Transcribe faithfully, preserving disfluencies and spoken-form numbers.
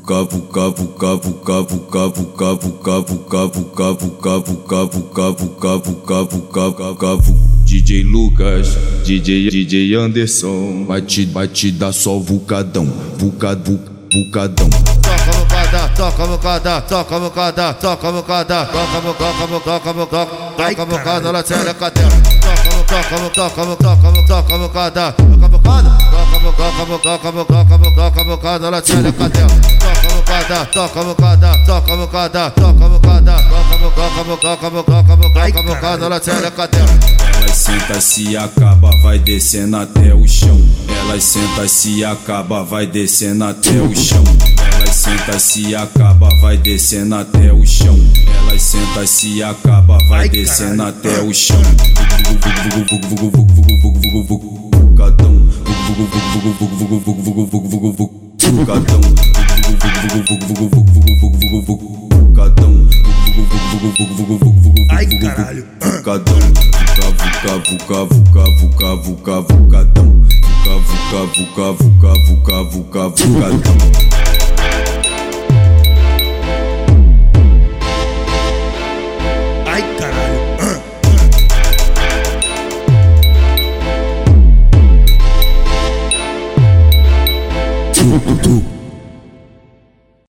vuca vuca vuca vuca vuca vuca vuca vuca vuca vuca vuca vuca vuca vuca vuca vuca D J Lucas, D J D J Anderson, vai te vai te dar só vucadão, vuca vucadão. Toca vucada, toca vucada, toca vucada, toca vucada, toca vucada, toca vucada, toca vucada na xereca dela. Toca vucada, toca vucada, toca vucada, toca vucada, toca vucada, toca vucada, toca vucada na xereca dela. Toca vucada, toca vucada, toca vucada, toca vucada, toca vucada, toca vucada, toca vucada na xereca dela. Elas senta, se acaba, vai descendo até o chão. Elas senta, se acaba, vai descendo até o chão. Elas senta, se acaba, vai descendo até o chão. Elas senta, se acaba, vai descendo até o chão. Vucadão, vucadão, ai caralho, vucadão, vuca vuca vuca vuca vuca vucadão, vuca vuca vuca vuca vuca vucadão.